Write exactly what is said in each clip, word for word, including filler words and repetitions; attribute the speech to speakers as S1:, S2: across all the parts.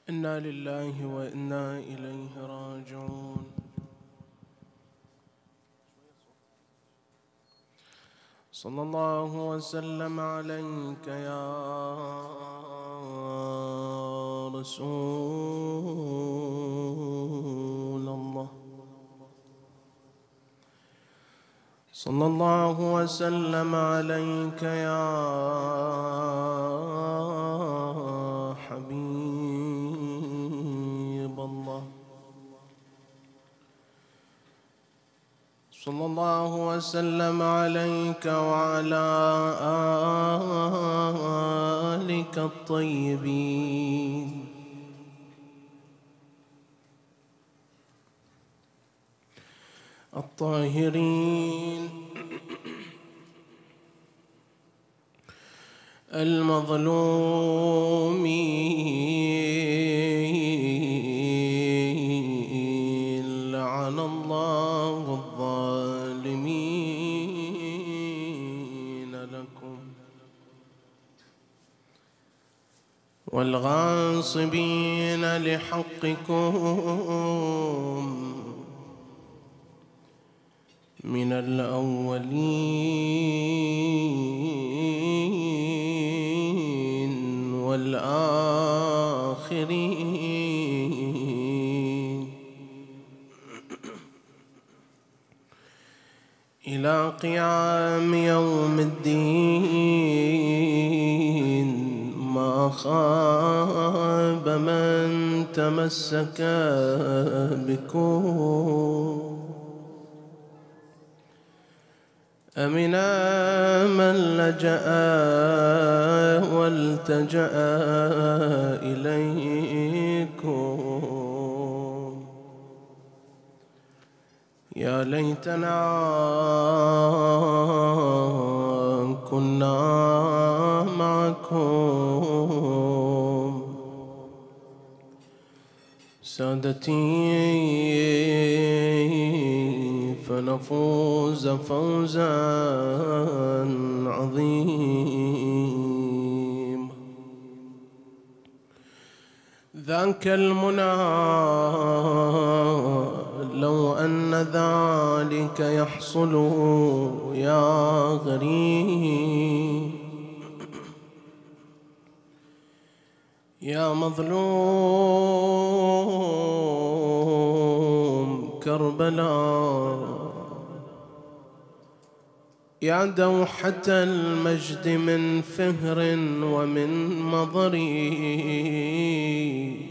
S1: إنا لله وإنا إليه راجعون. صلى الله وسلم عليك يا رسول الله. صلى الله وسلم عليك يا حبيب الله. صلى الله وسلم عليك وعلى آلك الطيبين الطاهرين المظلومين، لعن الله الظالمين لكم والغاصبين لحقكم من الأولين والآخرين إلى قيام يوم الدين. ما خاب من تمسك بكم أمنا من لجأ والتجأ إليكم. يا ليتنا كنا معكم سادتي فنفوز فوزا عظيما. ذاك المنى لو أن ذلك يحصل يا غريب يا مظلوم كربلاء، يا دوحة المجد من فهر ومن مضري.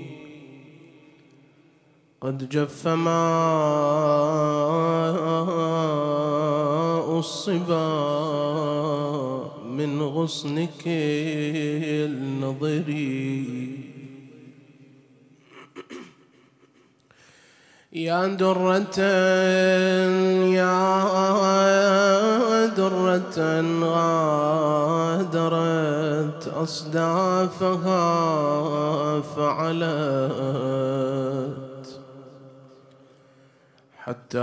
S1: قد جف ماء الصبا من غصنك النضري. يا درة يا درة غادرت أصدافها فعلت حتى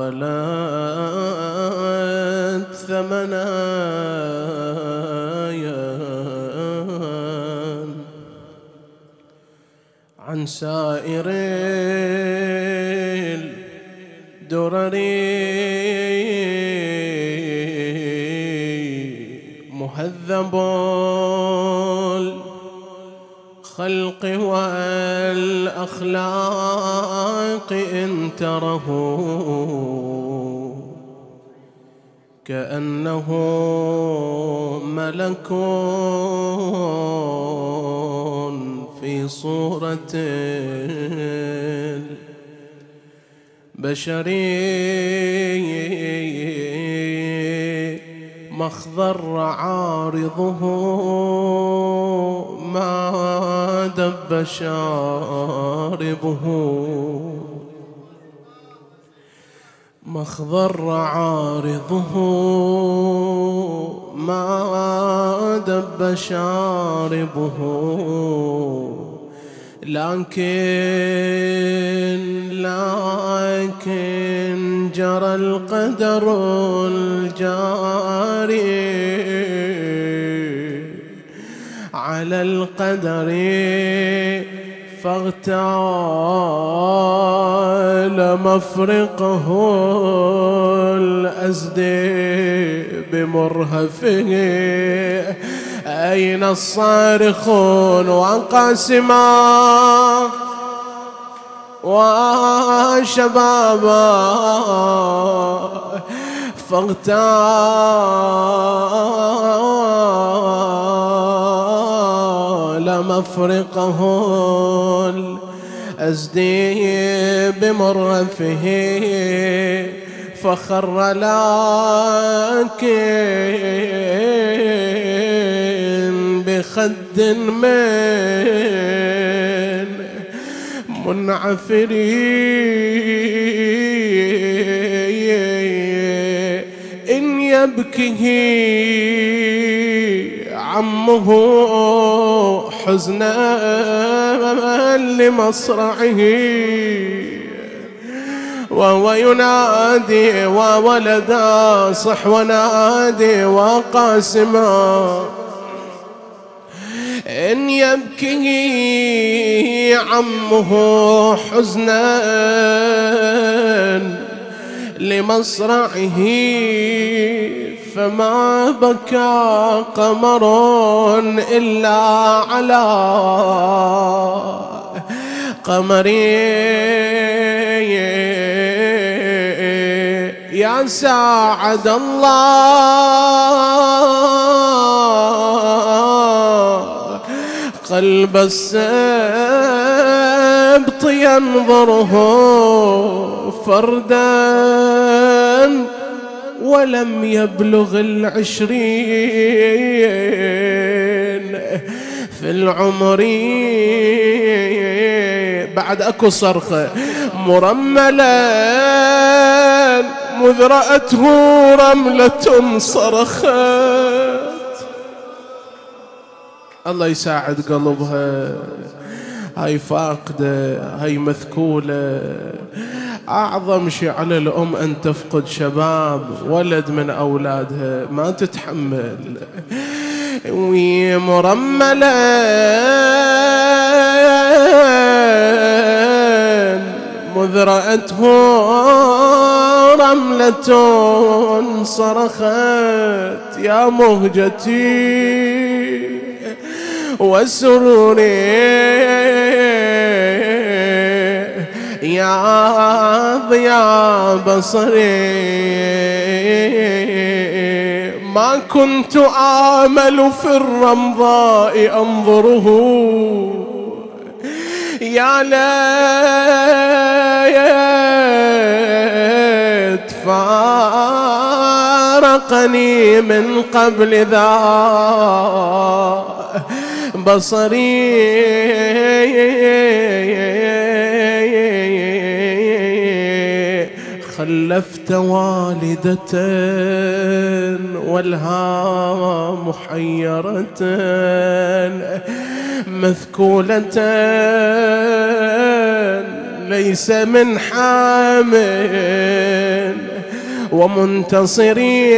S1: غلت ثمنايا عن سائر الدرر. مهذب الخلق والأخلاق إن تره كأنه ملك في صورة البشري. مخضر عارضه ما دب شاربه. مخضر عارضه ما دب شاربه. لكن لكن جرى القدر الجاري على القدر فاغتال مفرقه الأزدي بمرهفه. أين الصارخون وقاسما وشبابا؟ فاغتال مفرقه الأزدي بمرفه. فخر لكن بخد من منعفرين. إن يبكي عمه حزنا لمصرعه، وهو ينادي وولدا صح ونادي وقاسما. إن يبكي عمه حزنا لمصرعه، فما بكى قمر إلا على قمري. يا ساعد الله قلب السبط ينظره فردا ولم يبلغ العشرين في العمر. بعد اكو صرخة مرملا مذ رأته رملة صرخت. الله يساعد قلبها، هاي فاقدة، هاي مثكولة. أعظم شيء على الأم أن تفقد شباب ولد من أولادها ما تتحمل. ومرملا مذ رأته رملة صرخت. يا مهجتي وسروري يا ضياء بصري، ما كنت آمل في الرمضاء أنظره. يا ليت فارقني من قبل ذا بصري. خلفت والدة والها محيرة مثكولة، ليس من حامل ومنتصري.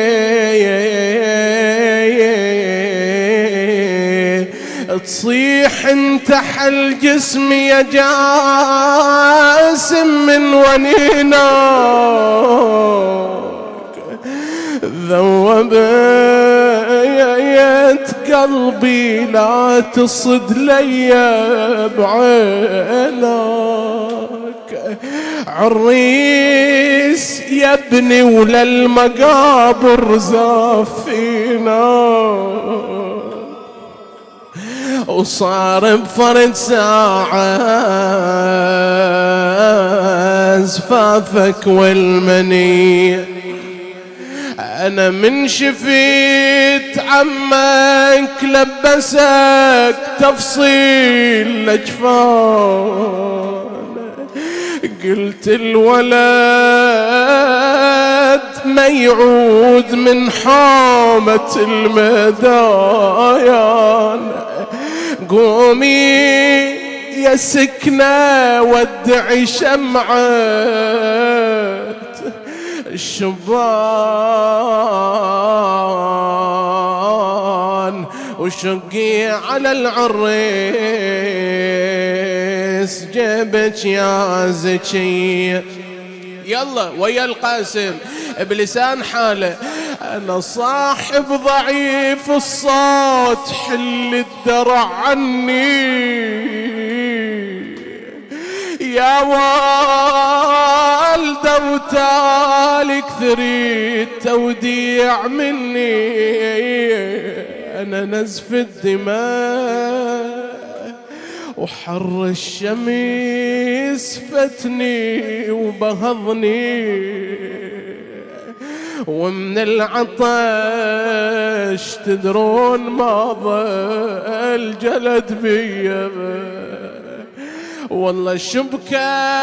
S1: تصيح انتحى الجسم يا جاسم من ونيناك، ذوبت قلبي لا تصد لي بعينك. عريس يا ابني ولا المقابر زافينا، وصار بفرد ساعة زفافك والمني. أنا من شفيت عمك لبسك تفصيل الأجفان، قلت الولد ما يعود من حامة المدايان. قومي يا سكنة ودعي شمعة الشبان، وشقي على العريس بك يا زكي. يلا ويا القاسم بلسان حاله: أنا صاحب ضعيف الصوت، حل الدرع عني يا والده، وتالي كثري التوديع مني. أنا نزف الدماء وحر الشمس فتني وبهضني، ومن العطش تدرون ما ضل جلد بيا. والله شبكيت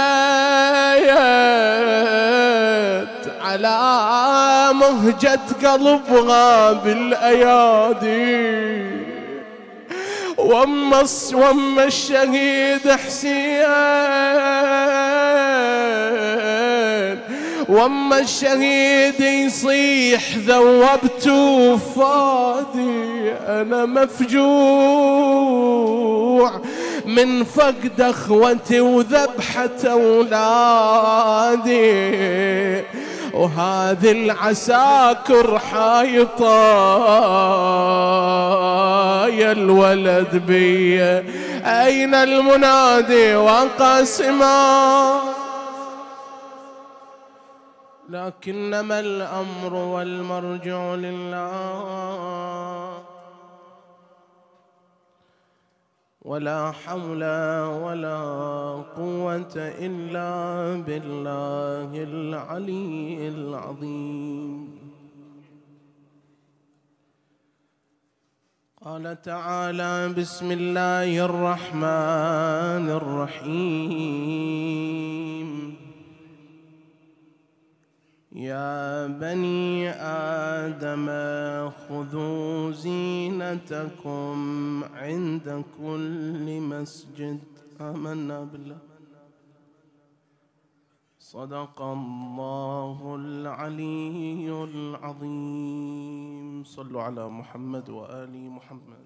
S1: على مهجة قلبها بالأيادي، وأما وأما الشهيد حسين، وأما الشهيد يصيح ذوبت فادي. أنا مفجوع من فقد أخوتي وذبحة أولادي، وهذه العساكر حايطة يا الولد بي. أين المنادي وقاسما؟ لكنما الأمر والمرجع لله، ولا حول ولا قوة إلا بالله العلي العظيم. قال تعالى: بسم الله الرحمن الرحيم. يا بني آدم خذوا زينتكم عند كل مسجد. آمنا بالله. صدق الله العلي العظيم. صلوا على محمد وآل محمد.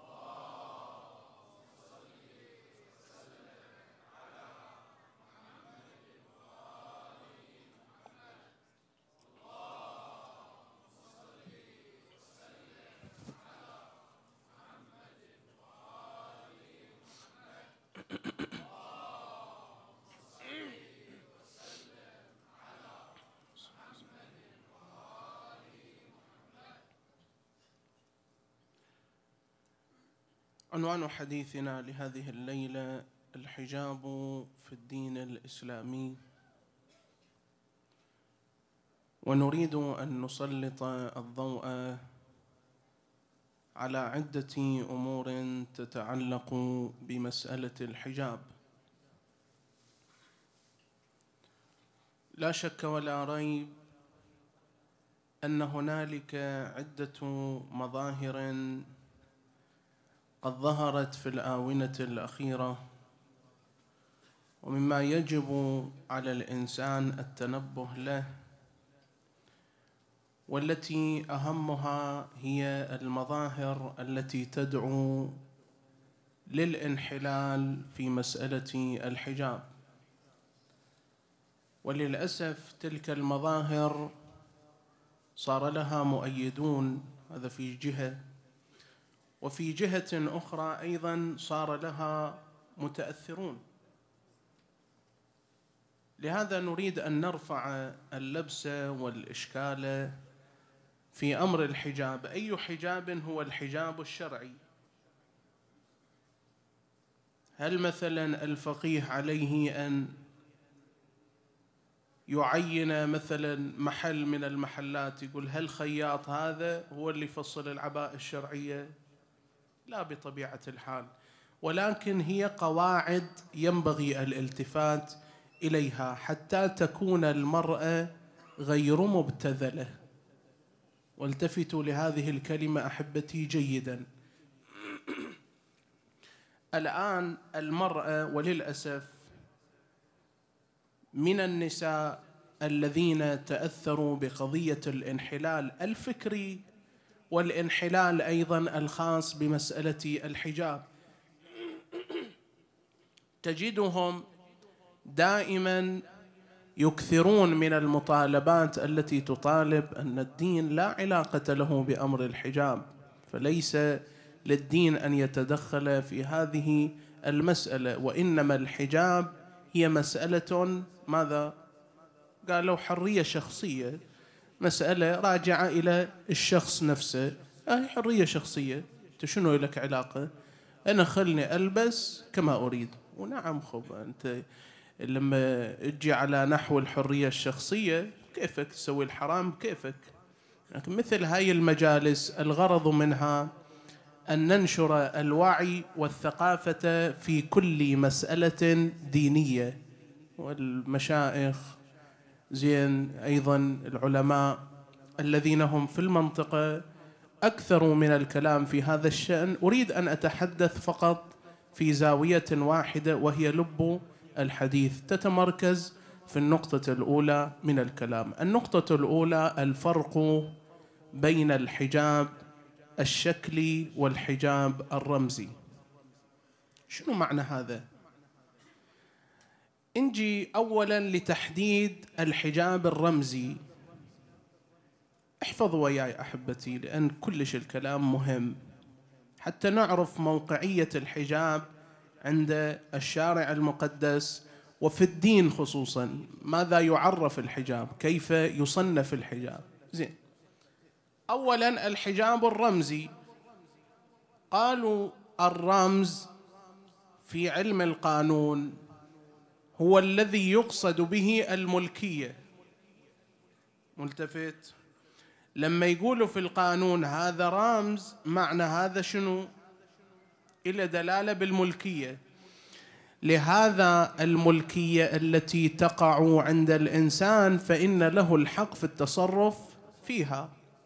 S1: عنوان حديثنا لهذه الليلة: الحجاب في الدين الإسلامي. ونريد أن نسلط الضوء على عدة أمور تتعلق بمسألة الحجاب. لا شك ولا ريب أن هنالك عدة مظاهر قد ظهرت في الآونة الأخيرة، ومما يجب على الإنسان التنبه له، والتي أهمها هي المظاهر التي تدعو للانحلال في مسألة الحجاب. وللأسف تلك المظاهر صار لها مؤيدون، هذا في جهة، وفي جهة أخرى أيضا صار لها متأثرون. لهذا نريد أن نرفع اللبس والإشكال في أمر الحجاب. أي حجاب هو الحجاب الشرعي؟ هل مثلا الفقيه عليه أن يعين مثلا محل من المحلات يقول هل خياط هذا هو اللي يفصل العباءة الشرعية؟ لا بطبيعة الحال، ولكن هي قواعد ينبغي الالتفات إليها حتى تكون المرأة غير مبتذلة. والتفتوا لهذه الكلمة أحبتي جيدا. الآن المرأة وللأسف من النساء الذين تأثروا بقضية الانحلال الفكري والانحلال أيضا الخاص بمسألة الحجاب. تجدهم دائما يكثرون من المطالبات التي تطالب أن الدين لا علاقة له بأمر الحجاب، فليس للدين أن يتدخل في هذه المسألة، وإنما الحجاب هي مسألة ماذا؟ قالوا حرية شخصية، مسألة راجعة إلى الشخص نفسه، هي حرية شخصية، أنت شنو لك علاقة؟ أنا خلني ألبس كما أريد. ونعم خب أنت لما تجي على نحو الحرية الشخصية كيفك تسوي الحرام كيفك، لكن مثل هاي المجالس الغرض منها أن ننشر الوعي والثقافة في كل مسألة دينية، والمشايخ زين أيضا العلماء الذين هم في المنطقة أكثروا من الكلام في هذا الشأن. أريد أن أتحدث فقط في زاوية واحدة وهي لب الحديث، تتمركز في النقطة الأولى من الكلام. النقطة الأولى الفرق بين الحجاب الشكلي والحجاب الرمزي. شنو معنى هذا؟ نجي أولا لتحديد الحجاب الرمزي. احفظوا وياي أحبتي لأن كلش الكلام مهم حتى نعرف موقعية الحجاب عند الشارع المقدس وفي الدين خصوصا، ماذا يعرف الحجاب، كيف يصنف الحجاب. زين، أولا الحجاب الرمزي، قالوا الرمز في علم القانون هو الذي يقصد به الملكية. ملتفت؟ لما يقولوا في القانون هذا رمز، معنى هذا شنو؟ إلى دلالة بالملكية. لهذا الملكية التي تقع عند الإنسان فإن له الحق في التصرف فيها.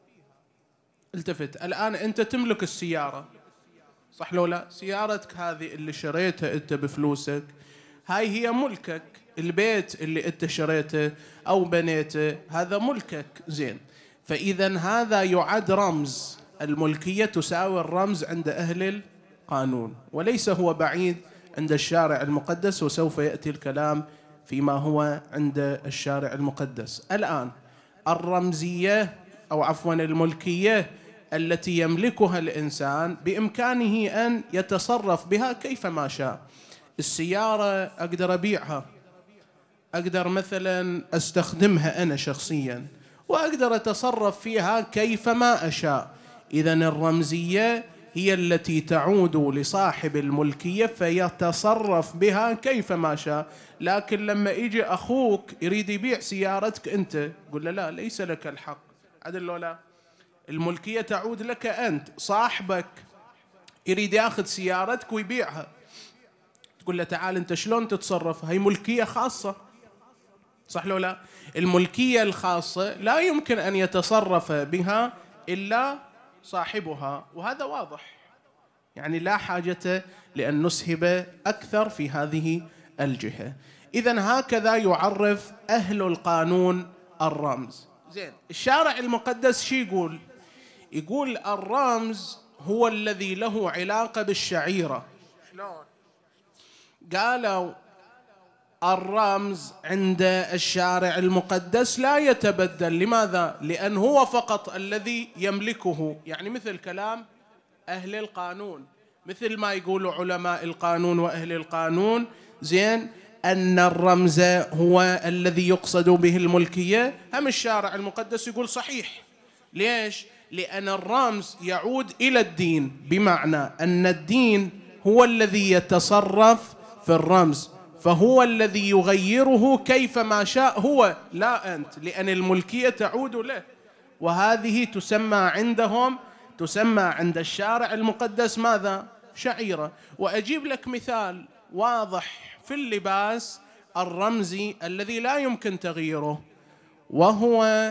S1: التفت، الآن أنت تملك السيارة، صح لو لا؟ سيارتك هذه اللي شريتها أنت بفلوسك، هاي هي ملكك. البيت اللي أنت شريته أو بنيته هذا ملكك. زين، فإذا هذا يعد رمز، الملكية تساوي الرمز عند أهل القانون، وليس هو بعيد عند الشارع المقدس، وسوف يأتي الكلام فيما هو عند الشارع المقدس. الآن الرمزية أو عفوا الملكية التي يملكها الإنسان بإمكانه أن يتصرف بها كيفما شاء. السيارة أقدر أبيعها، أقدر مثلا أستخدمها أنا شخصيا، وأقدر أتصرف فيها كيفما أشاء. إذن الرمزية هي التي تعود لصاحب الملكية فيتصرف بها كيفما شاء. لكن لما يجي أخوك يريد يبيع سيارتك أنت، قل له لا، ليس لك الحق. عدل لو لا؟ الملكية تعود لك أنت. صاحبك يريد ياخذ سيارتك ويبيعها، تقول له تعال أنت شلون تتصرف؟ هي ملكية خاصة، صح لو لا؟ الملكية الخاصة لا يمكن أن يتصرف بها إلا صاحبها، وهذا واضح، يعني لا حاجة لأن نسهب أكثر في هذه الجهة. إذن هكذا يعرف أهل القانون الرمز. زين، الشارع المقدس شي يقول؟ يقول الرمز هو الذي له علاقة بالشعيرة. شلون؟ قالوا الرمز عند الشارع المقدس لا يتبدل. لماذا؟ لأن هو فقط الذي يملكه. يعني مثل كلام أهل القانون، مثل ما يقولوا علماء القانون وأهل القانون، زين، أن الرمز هو الذي يقصد به الملكية. هم الشارع المقدس يقول صحيح. ليش؟ لأن الرمز يعود إلى الدين، بمعنى أن الدين هو الذي يتصرف في الرمز، فهو الذي يغيره كيفما شاء هو، لا أنت، لأن الملكية تعود له. وهذه تسمى عندهم، تسمى عند الشارع المقدس ماذا؟ شعيرة. وأجيب لك مثال واضح في اللباس الرمزي الذي لا يمكن تغييره، وهو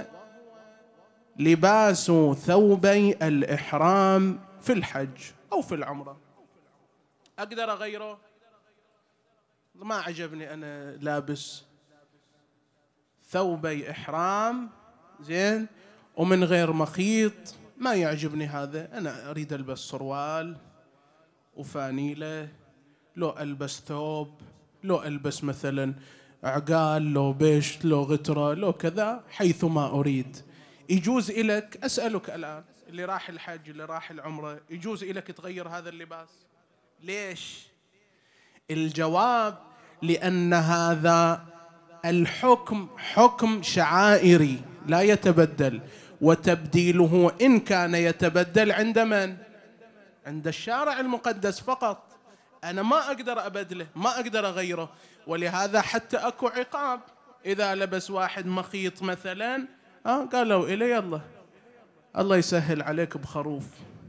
S1: لباس ثوبي الإحرام في الحج أو في العمرة. أقدر أغيره؟ ما عجبني أنا لابس ثوبي إحرام، زين، ومن غير مخيط، ما يعجبني هذا. أنا أريد ألبس سروال وفانيلة، لو ألبس ثوب لو ألبس مثلا عقال، لو بيشت، لو غترة، لو كذا، حيثما أريد. يجوز إلك، أسألك الآن اللي راح الحج اللي راح العمرة، يجوز إلك تغير هذا اللباس؟ ليش؟ الجواب لأن هذا الحكم حكم شعائري لا يتبدل، وتبديله إن كان يتبدل عند من؟ عند الشارع المقدس فقط. أنا ما أقدر أبدله، ما أقدر أغيره. ولهذا حتى أكو عقاب إذا لبس واحد مخيط مثلا، آه قالوا إلي يلا الله يسهل عليك بخروف،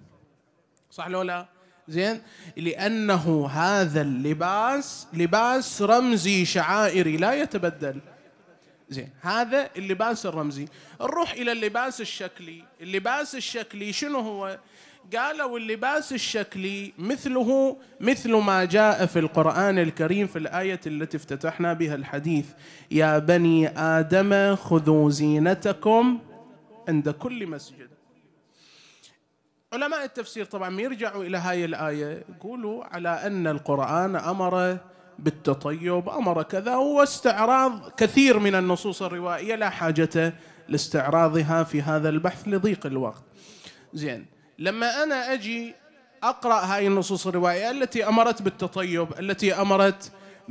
S1: صح لو لا؟ زين، لأنه هذا اللباس لباس رمزي شعائري لا يتبدل. زين، هذا اللباس الرمزي. نروح إلى اللباس الشكلي. اللباس الشكلي شنو هو؟ قالوا اللباس الشكلي مثله مثل ما جاء في القرآن الكريم في الآية التي افتتحنا بها الحديث: يا بني آدم خذوا زينتكم عند كل مسجد. علماء التفسير طبعا يرجعوا إلى هاي الآية يقولوا على أن القرآن أمر بالتطيب، أمر كذا، واستعراض كثير من النصوص الروائية لا حاجة لاستعراضها في هذا البحث لضيق الوقت. زين، لما أنا أجي أقرأ هاي النصوص الروائية التي أمرت بالتطيب، التي أمرت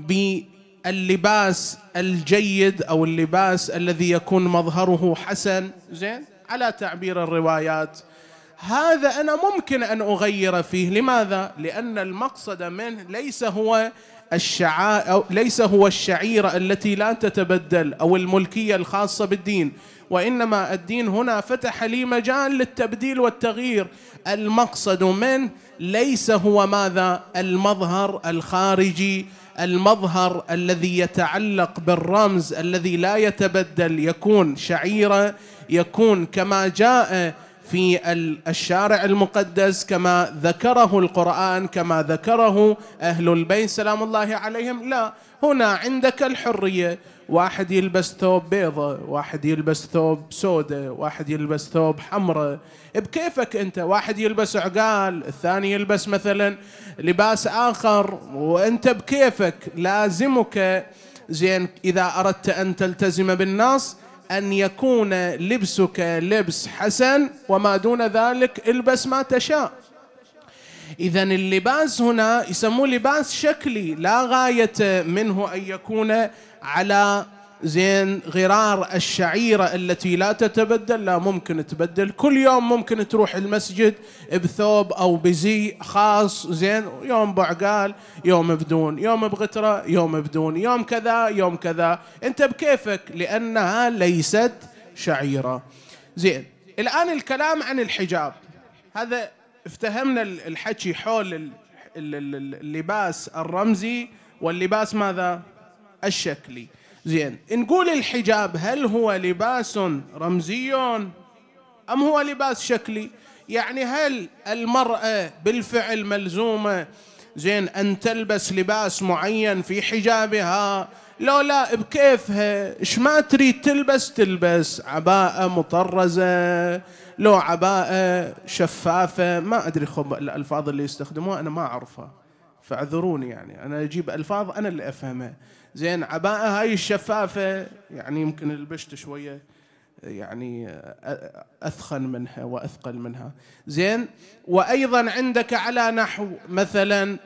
S1: باللباس الجيد أو اللباس الذي يكون مظهره حسن، زين، على تعبير الروايات، هذا أنا ممكن أن أغير فيه. لماذا؟ لأن المقصد منه ليس هو الشعائر أو ليس هو الشعيرة التي لا تتبدل أو الملكية الخاصة بالدين، وإنما الدين هنا فتح لي مجال للتبديل والتغيير. المقصد منه ليس هو ماذا؟ المظهر الخارجي، المظهر الذي يتعلق بالرمز الذي لا يتبدل، يكون شعيرة، يكون كما جاء في الشارع المقدس، كما ذكره القرآن، كما ذكره أهل البيت سلام الله عليهم. لا، هنا عندك الحرية، واحد يلبس ثوب بيضة، واحد يلبس ثوب سودة، واحد يلبس ثوب حمراء، بكيفك أنت. واحد يلبس عقال، الثاني يلبس مثلا لباس آخر، وأنت بكيفك. لازمك زين إذا أردت أن تلتزم بالنص أن يكون لبسك لبس حسن، وما دون ذلك البس ما تشاء. إذن اللباس هنا يسموه لباس شكلي، لا غاية منه أن يكون على زين غرار الشعيرة التي لا تتبدل. لا، ممكن تبدل كل يوم، ممكن تروح المسجد بثوب أو بزي خاص، زين، يوم بعقال، يوم بدون، يوم بغترة، يوم بدون، يوم كذا، يوم كذا، أنت بكيفك، لأنها ليست شعيرة. زين، الآن الكلام عن الحجاب، هذا افتهمنا الحكي حول اللباس الرمزي واللباس ماذا؟ الشكلي. زين، نقول الحجاب هل هو لباس رمزي أم هو لباس شكلي؟ يعني هل المرأة بالفعل ملزومة زين أن تلبس لباس معين في حجابها؟ لو لا، بكيفها، إيش ما تريد تلبس تلبس عباءة مطرزة، لو عباءة شفافة، ما أدري خب الألفاظ اللي يستخدموها أنا ما أعرفها فاعذروني، يعني أنا أجيب ألفاظ أنا اللي أفهمها. زين، عباءة هاي الشفافة يعني يمكن البشت شوية يعني أثخن منها وأثقل منها. زين، وأيضا عندك على نحو مثلا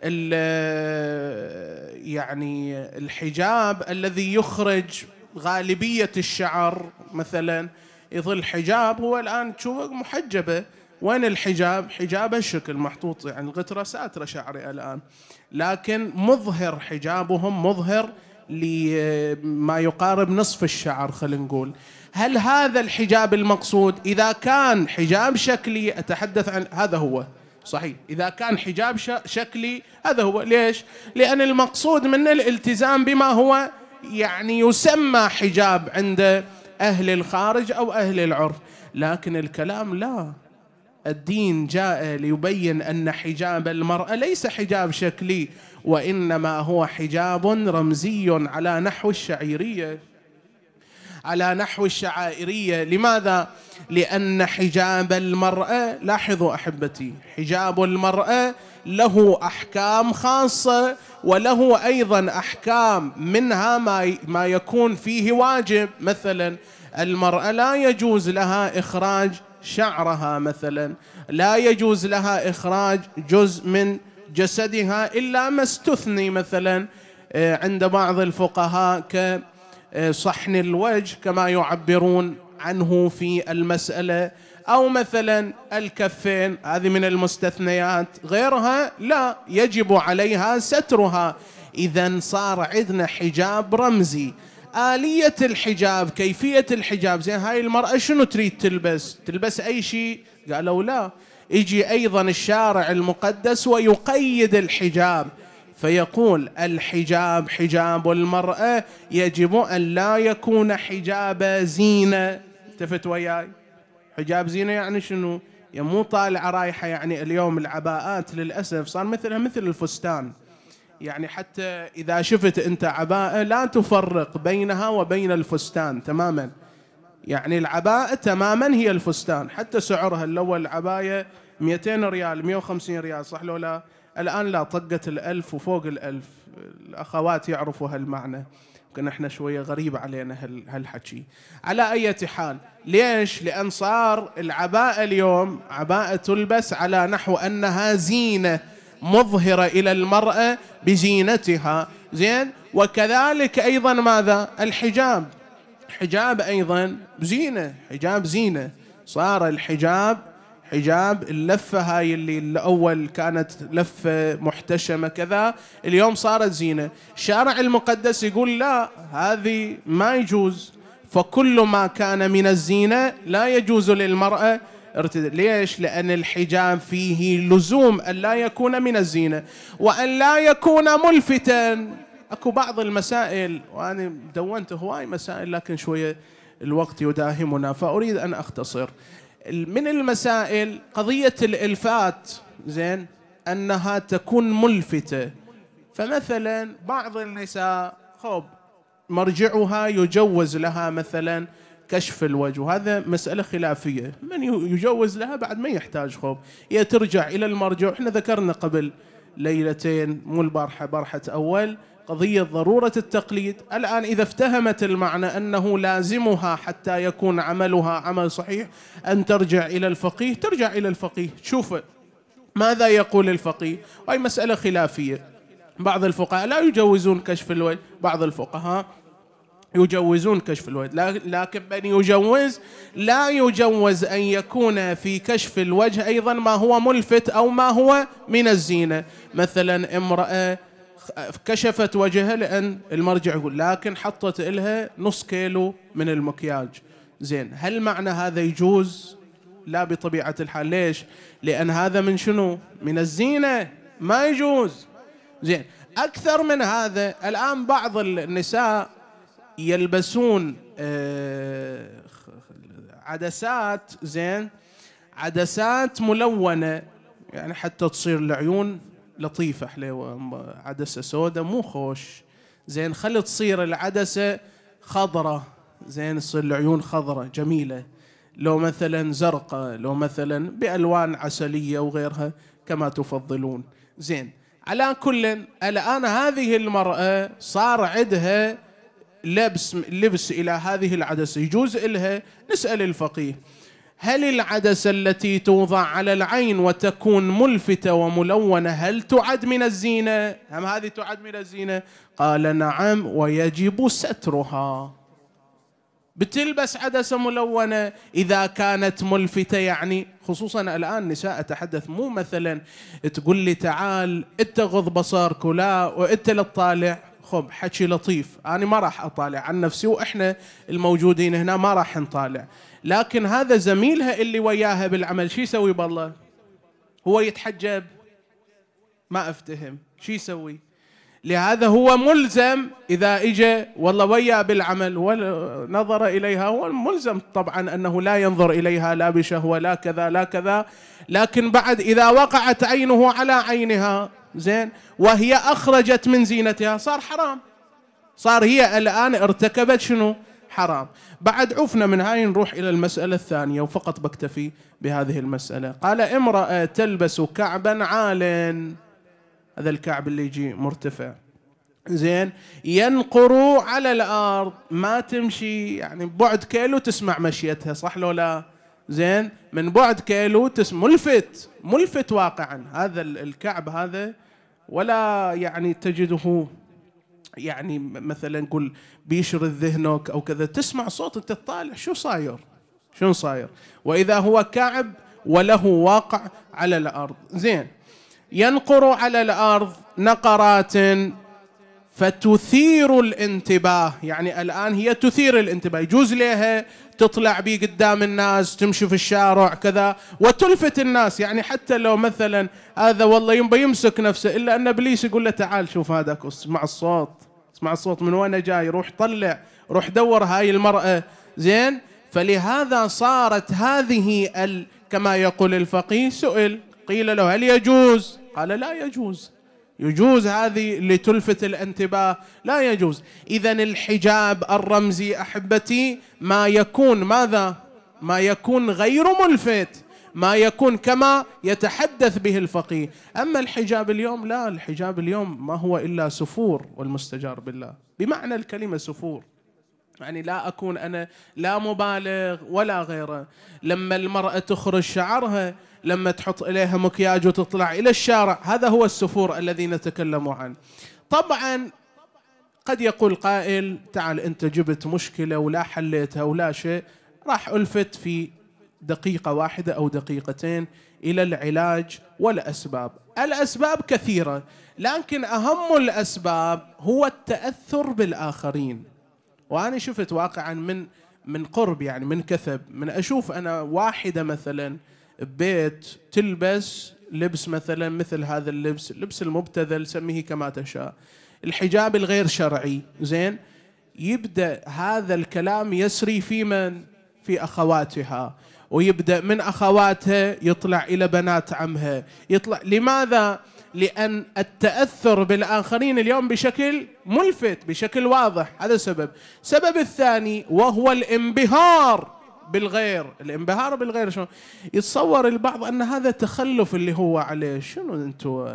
S1: يعني الحجاب الذي يخرج غالبية الشعر، مثلا يظل حجاب، هو الآن تشوفه محجبة، وين الحجاب؟ حجاب الشكل محطوط، يعني الغترة ساترة شعري الآن، لكن مظهر حجابهم مظهر لما يقارب نصف الشعر خلينا نقول. هل هذا الحجاب المقصود؟ إذا كان حجاب شكلي أتحدث عن هذا هو صحيح، إذا كان حجاب شكلي هذا هو. ليش؟ لأن المقصود من الالتزام بما هو يعني يسمى حجاب عند أهل الخارج أو أهل العرف. لكن الكلام لا، الدين جاء ليبين أن حجاب المرأة ليس حجاب شكلي، وإنما هو حجاب رمزي على نحو الشعيرية، على نحو الشعائرية. لماذا؟ لأن حجاب المرأة، لاحظوا أحبتي، حجاب المرأة له أحكام خاصة، وله أيضا أحكام منها ما ما يكون فيه واجب. مثلا المرأة لا يجوز لها إخراج شعرها، مثلا لا يجوز لها إخراج جزء من جسدها إلا ما استثني، مثلا عند بعض الفقهاء كصحن الوجه كما يعبرون عنه في المسألة، أو مثلا الكفين، هذه من المستثنيات. غيرها لا، يجب عليها سترها. إذن صار عندنا حجاب رمزي. آلية الحجاب، كيفية الحجاب، زين هاي المرأة شنو تريد تلبس؟ تلبس أي شيء؟ قالوا لا. يجي أيضا الشارع المقدس ويقيد الحجاب، فيقول الحجاب حجاب المرأة يجب أن لا يكون حجاب زينة. التفت وياي، حجاب زينة يعني شنو؟ يعني مو طالعة رايحة. يعني اليوم العباءات للأسف صار مثلها مثل الفستان، يعني حتى إذا شفت أنت عباءة لا تفرق بينها وبين الفستان تماما. يعني العباءة تماما هي الفستان، حتى سعرها الأول العباية مئتين ريال مئة وخمسين ريال، صح لو لا؟ الآن لا، طقت الألف وفوق الألف. الأخوات يعرفوا هالمعنى، يمكن احنا شوية غريب علينا هالحكي. على أي حال، ليش؟ لأن صار العباءة اليوم عباءة تلبس على نحو أنها زينة مظهرة إلى المرأة بزينتها، زين. وكذلك أيضا ماذا؟ الحجاب، حجاب أيضا زينة، حجاب زينة. صار الحجاب حجاب اللفة هاي اللي الأول كانت لفة محتشمة كذا، اليوم صارت زينة. الشارع المقدس يقول لا، هذه ما يجوز. فكل ما كان من الزينة لا يجوز للمرأة ارتداء. ليش؟ لأن الحجاب فيه لزوم أن لا يكون من الزينة وأن لا يكون ملفتا. أكو بعض المسائل، وأنا دونت هواي مسائل لكن شوية الوقت يداهمنا فأريد أن أختصر. من المسائل قضية الإلفات، زين، أنها تكون ملفتة. فمثلا بعض النساء خب مرجعها يجوز لها مثلا كشف الوجه، وهذا مسألة خلافية، من يجوز لها بعد ما يحتاج خب هي ترجع إلى المرجع. احنا ذكرنا قبل ليلتين، مو البارحة، بارحة أول، قضية ضرورة التقليد. الآن إذا افتهمت المعنى أنه لازمها حتى يكون عملها عمل صحيح أن ترجع إلى الفقيه، ترجع إلى الفقيه، تشوف ماذا يقول الفقيه. وهي مسألة خلافية. بعض الفقهاء لا يجوزون كشف الوجه، بعض الفقهاء يجوزون كشف الوجه، لكن من يجوز لا يجوز أن يكون في كشف الوجه أيضا ما هو ملفت أو ما هو من الزينة. مثلا امرأة كشفت وجهها لأن المرجع يقول، لكن حطت إلها نص كيلو من المكياج، زين، هل معنى هذا يجوز؟ لا بطبيعة الحال. ليش؟ لأن هذا من شنو؟ من الزينة، ما يجوز. زين، أكثر من هذا، الآن بعض النساء يلبسون عدسات، زين، عدسات ملونة، يعني حتى تصير العيون لطيفة حلوة. عدسة سوداء مو خوش، زين، خلي تصير العدسة خضرة، زين، تصير العيون خضرة جميلة، لو مثلا زرقاء، لو مثلا بألوان عسلية وغيرها كما تفضلون. زين، على كل، الآن هذه المرأة صار عندها لبس لبس إلى هذه العدسة، يجوز إلها؟ نسأل الفقيه، هل العدسة التي توضع على العين وتكون ملفتة وملونة هل تعد من الزينة؟ هم هذه تعد من الزينة؟ قال نعم، ويجب سترها. بتلبس عدسة ملونة إذا كانت ملفتة، يعني خصوصا الآن نساء أتحدث، مو مثلا تقول لي تعال أنت غض بصرك ولا وأنت لا تطالع، خب حكي لطيف، أنا ما راح أطالع عن نفسي وإحنا الموجودين هنا ما راح نطالع، لكن هذا زميلها اللي وياها بالعمل شو يسوي بالله؟ هو يتحجب؟ ما أفتهم شو يسوي؟ لهذا هو ملزم إذا إجا والله ويا بالعمل ونظر إليها، هو ملزم طبعا أنه لا ينظر إليها لا بشهوة لا كذا لا كذا، لكن بعد إذا وقعت عينه على عينها، زين، وهي أخرجت من زينتها، صار حرام، صار هي الآن ارتكبت شنو؟ حرام. بعد عفنا من هاي نروح إلى المسألة الثانية، وفقط بكتفي بهذه المسألة. قال امرأة تلبس كعبا عال، هذا الكعب اللي يجي مرتفع، زين، ينقر على الأرض، ما تمشي يعني بعد كيلو تسمع مشيتها، صح لو لا؟ زين، من بعد كيلو تسمع، ملفت ملفت واقعا هذا الكعب هذا، ولا يعني تجده يعني مثلا نقول بيشرد ذهنك أو كذا، تسمع صوت أنت تطالع شو صاير شو صاير، وإذا هو كعب وله واقع على الأرض. زين، ينقر على الأرض نقرات فتثير الانتباه، يعني الآن هي تثير الانتباه، يجوز لها تطلع بيه قدام الناس، تمشي في الشارع كذا وتلفت الناس، يعني حتى لو مثلا هذا والله ينبى يمسك نفسه، إلا أن إبليس يقول له تعال شوف هذاك، اسمع الصوت، اسمع الصوت من وين جاي، روح طلع، روح دور هاي المرأة. زين، فلهذا صارت هذه ال... كما يقول الفقيه، سئل قيل له هل يجوز؟ قال لا يجوز. يجوز هذه اللي تلفت الانتباه؟ لا يجوز. إذن الحجاب الرمزي أحبتي ما يكون ماذا؟ ما يكون غير ملفت، ما يكون كما يتحدث به الفقيه. أما الحجاب اليوم لا، الحجاب اليوم ما هو إلا سفور، والمستجار بالله بمعنى الكلمة سفور، يعني لا أكون أنا لا مبالغ ولا غيره. لما المرأة تخرج شعرها، لما تحط إليها مكياج وتطلع إلى الشارع، هذا هو السفور الذي نتكلم عنه. طبعا قد يقول قائل تعال أنت جبت مشكلة ولا حليتها ولا شيء، راح ألفت في دقيقة واحدة أو دقيقتين إلى العلاج والأسباب. الأسباب كثيرة، لكن أهم الأسباب هو التأثر بالآخرين. وأنا شفت واقعا من من قرب، يعني من كثب، من أشوف أنا واحدة مثلا ببيت تلبس لبس مثلا مثل هذا اللبس، اللبس المبتذل سميه كما تشاء، الحجاب الغير شرعي، زين، يبدأ هذا الكلام يسري في من؟ في أخواتها، ويبدأ من أخواتها يطلع إلى بنات عمها، يطلع. لماذا؟ لأن التأثر بالآخرين اليوم بشكل ملفت، بشكل واضح، هذا سبب. سبب الثاني وهو الانبهار بالغير. الانبهار بالغير شو؟ يتصور البعض أن هذا تخلف اللي هو عليه، شنو أنتوا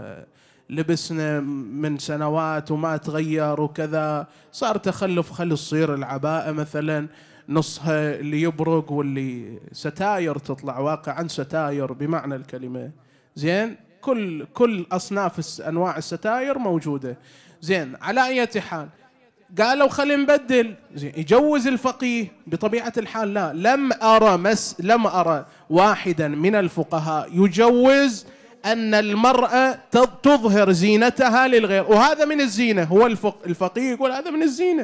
S1: لبسنا من سنوات وما تغير وكذا، صار تخلف، خلي تصير العباءة مثلا نصها اللي يبرق واللي ستاير تطلع، واقعا ستاير بمعنى الكلمة، زين، كل كل أصناف أنواع الستاير موجودة. زين، على أي حال قالوا خلي نبدل، زين، يجوز الفقيه بطبيعة الحال؟ لا، لم أرى مس لم أرى واحدا من الفقهاء يجوز أن المرأة تظهر زينتها للغير، وهذا من الزينة. هو الفقيه يقول هذا من الزينة.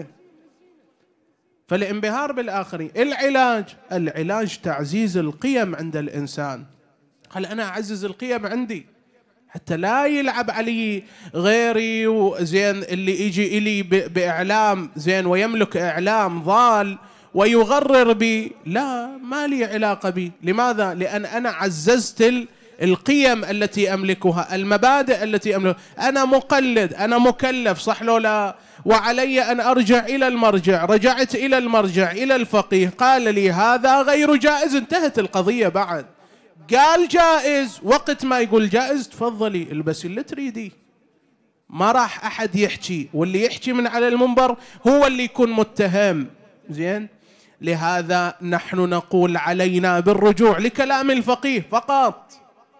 S1: فالانبهار بالآخرين. العلاج العلاج تعزيز القيم عند الإنسان. قال أنا أعزز القيم عندي حتى لا يلعب علي غيري، وزين اللي يجي إلي بإعلام زين ويملك إعلام ضال ويغرر بي، لا، ما لي علاقة بي. لماذا؟ لأن أنا عززت القيم التي أملكها، المبادئ التي أملكها. أنا مقلد، أنا مكلف، صح لو لا؟ وعلي أن أرجع إلى المرجع. رجعت إلى المرجع، إلى الفقيه، قال لي هذا غير جائز، انتهت القضية. بعد قال جائز، وقت ما يقول جائز تفضلي البسي اللي تريدي، ما راح أحد يحكي، واللي يحكي من على المنبر هو اللي يكون متهم. زين، لهذا نحن نقول علينا بالرجوع لكلام الفقيه فقط.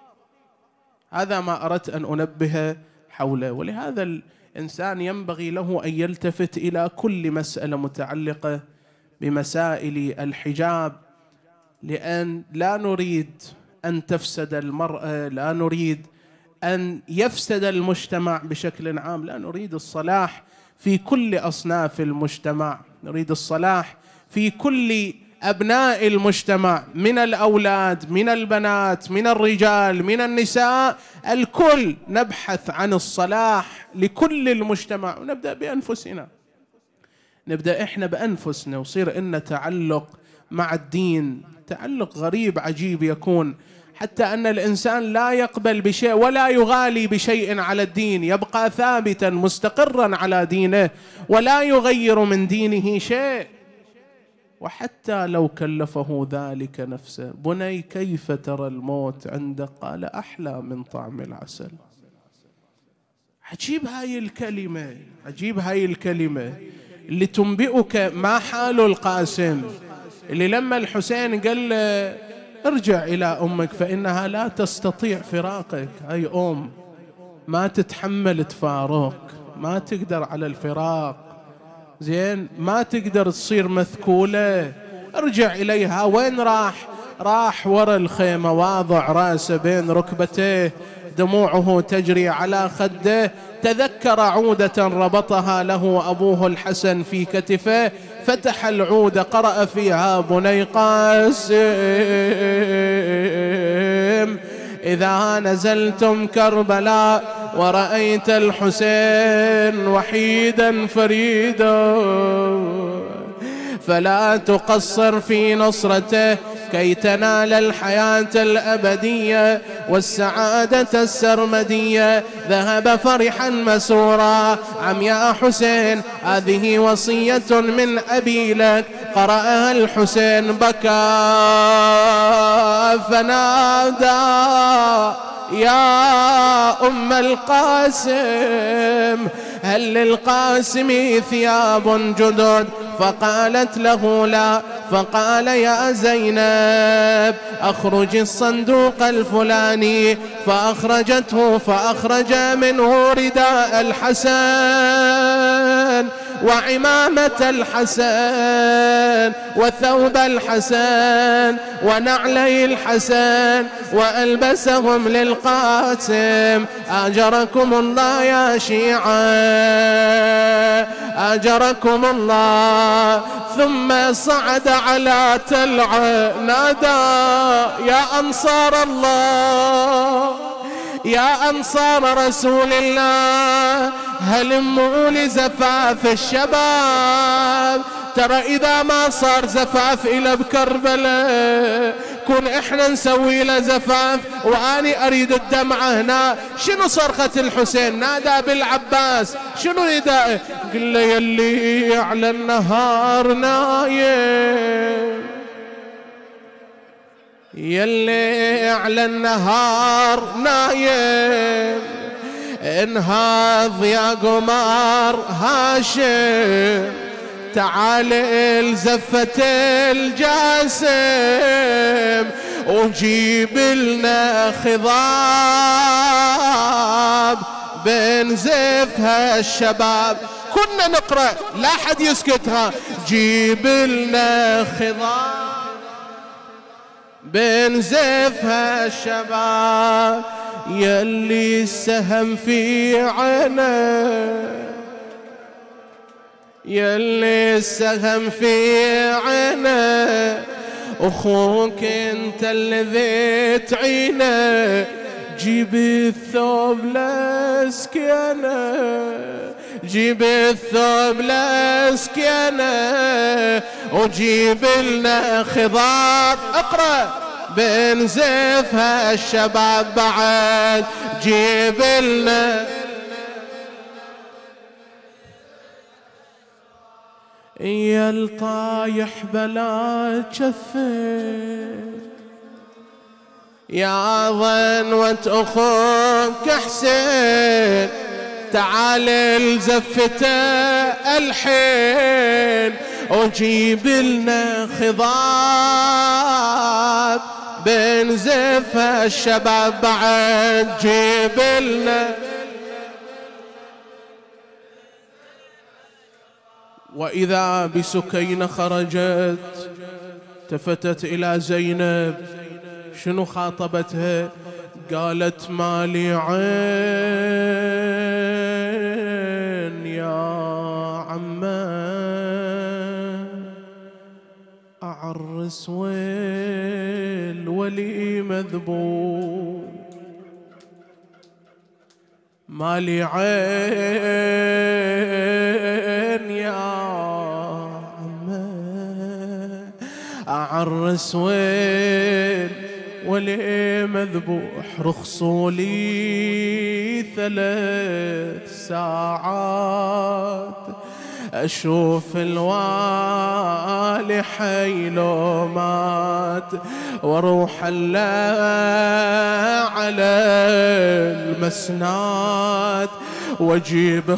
S1: هذا ما أردت أن أنبه حوله. ولهذا الإنسان ينبغي له أن يلتفت إلى كل مسألة متعلقة بمسائل الحجاب، لأن لا نريد أن تفسد المرأة، لا نريد أن يفسد المجتمع بشكل عام، لا نريد الصلاح في كل أصناف المجتمع، نريد الصلاح في كل أبناء المجتمع، من الأولاد، من البنات، من الرجال، من النساء، الكل نبحث عن الصلاح لكل المجتمع. ونبدأ بأنفسنا، نبدأ إحنا بأنفسنا، وصير إن تعلق مع الدين، تعلق غريب عجيب يكون، حتى أن الإنسان لا يقبل بشيء ولا يغالي بشيء على الدين، يبقى ثابتا مستقرا على دينه ولا يغير من دينه شيء. وحتى لو كلفه ذلك نفسه. بني كيف ترى الموت عندك؟ قال أحلى من طعم العسل. عجيب هاي الكلمة، عجيب هاي الكلمة اللي تنبئك ما حال القاسم، اللي لما الحسين قال له ارجع إلى أمك فإنها لا تستطيع فراقك، هاي أم ما تتحمل تفارق، ما تقدر على الفراق، زين ما تقدر تصير مثكولة، ارجع إليها. وين راح؟ راح ورا الخيمة واضع رأسه بين ركبتيه، دموعه تجري على خده. تذكر عودة ربطها له أبوه الحسن في كتفه، فتح العودة قرأ فيها بني قاسم إذا نزلتم كربلاء ورأيت الحسين وحيدا فريدا فلا تقصر في نصرته كي تنال الحياة الأبدية والسعادة السرمدية. ذهب فرحا مسرورا. عم يا حسين هذه وصية من أبي لك. قرأها الحسين بكى فنادى يا أم القاسم هل للقاسم ثياب جدد؟ فقالت له لا. فقال يا زينب أخرج الصندوق الفلاني، فأخرجته فأخرج منه رداء الحسن وعمامة الحسن وثوب الحسن ونعلي الحسن وألبسهم للقاسم. أجركم الله يا شيعة أجركم الله. ثم صعد على تلعة نادى يا أنصار الله يا أنصار رسول الله هلموا لزفاف الشباب. ترى إذا ما صار زفاف إلى بكربلاء كون إحنا نسوي له زفاف وأني أريد الدمعة هنا. شنو صرخة الحسين؟ نادى بالعباس. شنو ندائه؟ قل له يلي على النهار نايم يلي على النهار نايم انهاض يا قمر هاشم تعال الزفة الجاسم وجيب لنا خضاب بنزفها الشباب. كنا نقرأ لا حد يسكتها. جيب لنا خضاب بنزفها الشباب يلي السهم في عينه يلي السهم في عينه أخوك انت الذي تعينه. جيب الثوب لسكينه جيب الثوب لسكينه وجيب لنا خضار. اقرأ بنزفها الشباب بعد. جيب لنا يا الطايح بلا جفك يا ظنوة أخوك حسين تعال الزفته الحين وجيب لنا خضاب بنزفها الشباب بعد. جيب لنا. وإذا بسكينة خرجت التفتت إلى زينب. شنو خاطبتها؟ قالت ما لي عين يا عمه أعرس ويل ولي مذبوح ما لي عين يا عمه أعرس ويل ولي مذبوح. رخصوا لي ثلاث ساعات أشوف الوالي حي لو مات، واروح الله على المسناد، واجيب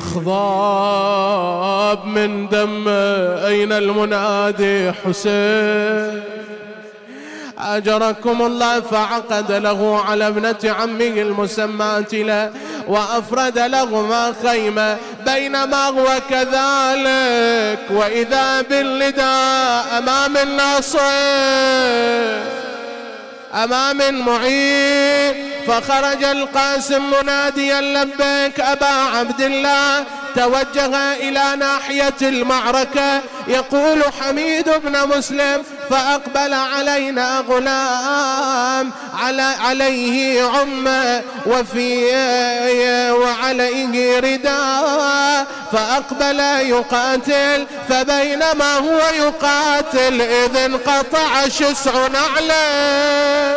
S1: خضاب من دمه. أين المنادي حسين؟ أجركم الله. فعقد له على ابنة عمه المسماة له، وأفرد لهما خيمة. بينما هو كذلك وإذا بالنداء أمام الناصر أمام المعين، فخرج القاسم مناديا لبيك أبا عبد الله. توجه إلى ناحية المعركة يقول حميد بن مسلم: فأقبل علينا غلام على عليه عمة وفيه وعليه رداء، فأقبل يقاتل. فبينما هو يقاتل إذ انقطع شسع نعله.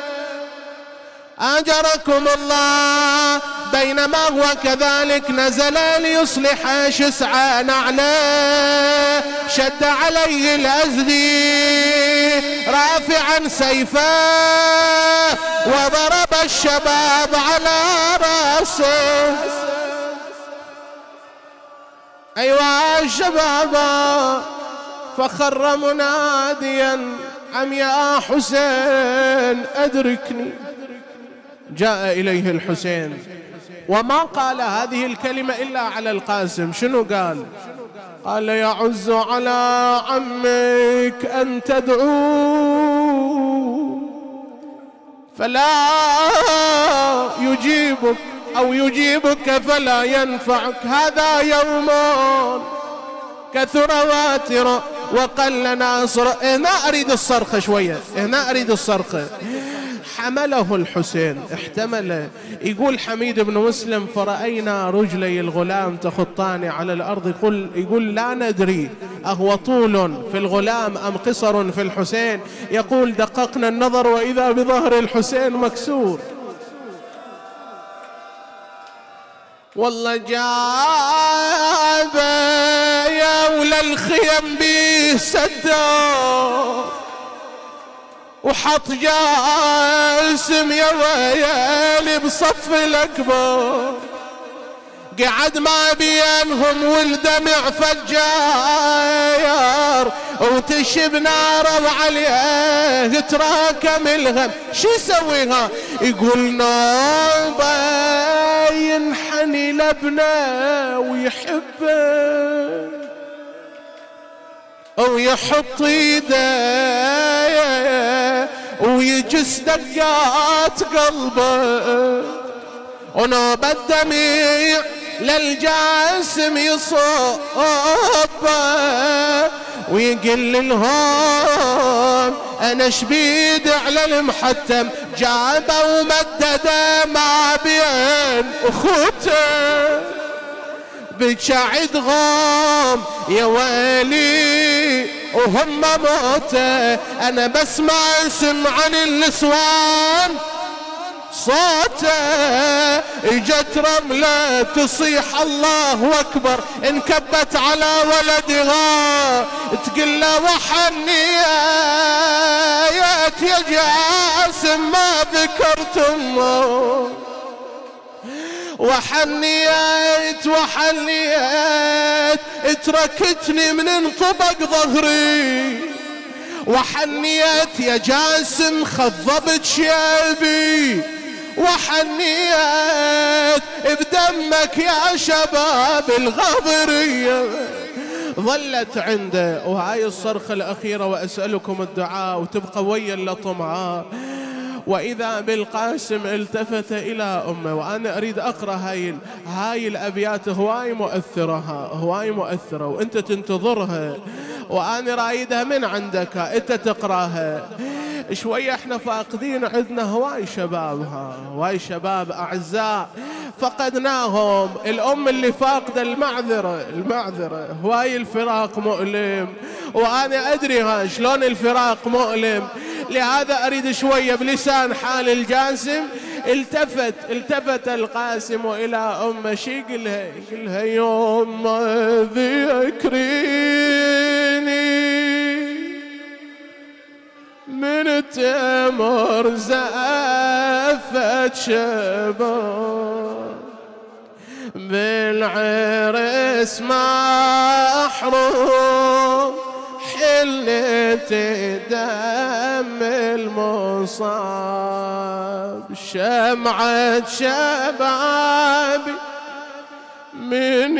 S1: أجركم الله. بينما هو كذلك نزل ليصلح شسع نعله، شد عليه الأزدي رافعا سيفه، وضرب الشباب على رأسه. أيها الشباب، فخر مناديا: عم يا حسين أدركني. جاء إليه الحسين وما قال هذه الكلمة إلا على القاسم. شنو قال؟ قال: يعز على عمك أن تدعو فلا يجيبك، أو يجيبك فلا ينفعك. هذا يوم كثر واتر وقل ناصر. هنا أريد الصرخة شوية، هنا أريد الصرخة. حمله الحسين، احتمله. يقول حميد بن مسلم: فرأينا رجلي الغلام تخطان على الأرض. يقول, يقول لا ندري أهو طول في الغلام أم قصر في الحسين. يقول: دققنا النظر وإذا بظهر الحسين مكسور. والله جاب يا ولا الخيم بيه سدار، وحط جاسم يا ويلي بصف الأكبر. قعد ما بينهم والدمع فجار، وتشب نار وعليه تراكم الهم. شو يسويها؟ يقول: نوبة ينحني لابنه ويحبه ويحط ايده ويجس دقات قلبه، ونوبة دميع للجاسم يصبه، ويقل لهم انا شبيد على المحتم. جابه ومدده ما بين اخوته، بشعد غام يا ويلي وهم موته. انا بسمع اسم عن النسوان صوته، اجت رملة تصيح الله اكبر، انكبت على ولدها تقول له: وحنيت يا جاسم ما ذكرت امه، وحنيت وحنيت اتركتني من انطبق ظهري، وحنيت يا جاسم خضبت شيبي، وحنيت بدمك يا شباب الغابرية. ظلت عنده. وهاي الصرخة الأخيرة: وأسألكم الدعاء، وتبقى ويا اللطمعة. وإذا بالقاسم التفت إلى أمه. وأنا أريد أقرأ هاي هاي الأبيات، هواي مؤثرة، هواي مؤثرة، وأنت تنتظرها، وأنا رايدها من عندك أنت تقرأها. شوية احنا فاقدين، عندنا هواي شبابها، هواي شباب أعزاء فقدناهم. الأم اللي فاقدة المعذرة، المعذرة هواي الفراق مؤلم، وأنا أدري ها شلون الفراق مؤلم. لهذا أريد شوية بلسان حال الجاسم التفت التفت القاسم إلى أمه، شي يقلها؟ يقلها يوم ذكريني من تمر زفت شباب بالعرس محروم حلت دم المصاب شمعة شبابي من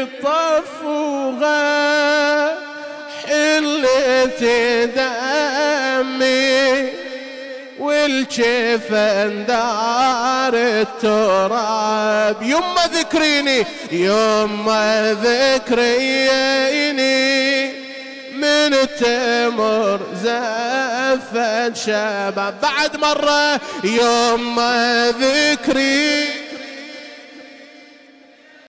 S1: يطفوها حلت دمي والجفن دار التراب. يما ذكريني يما ذكريني من تمر زفت شباب. بعد مرة يما ذكريني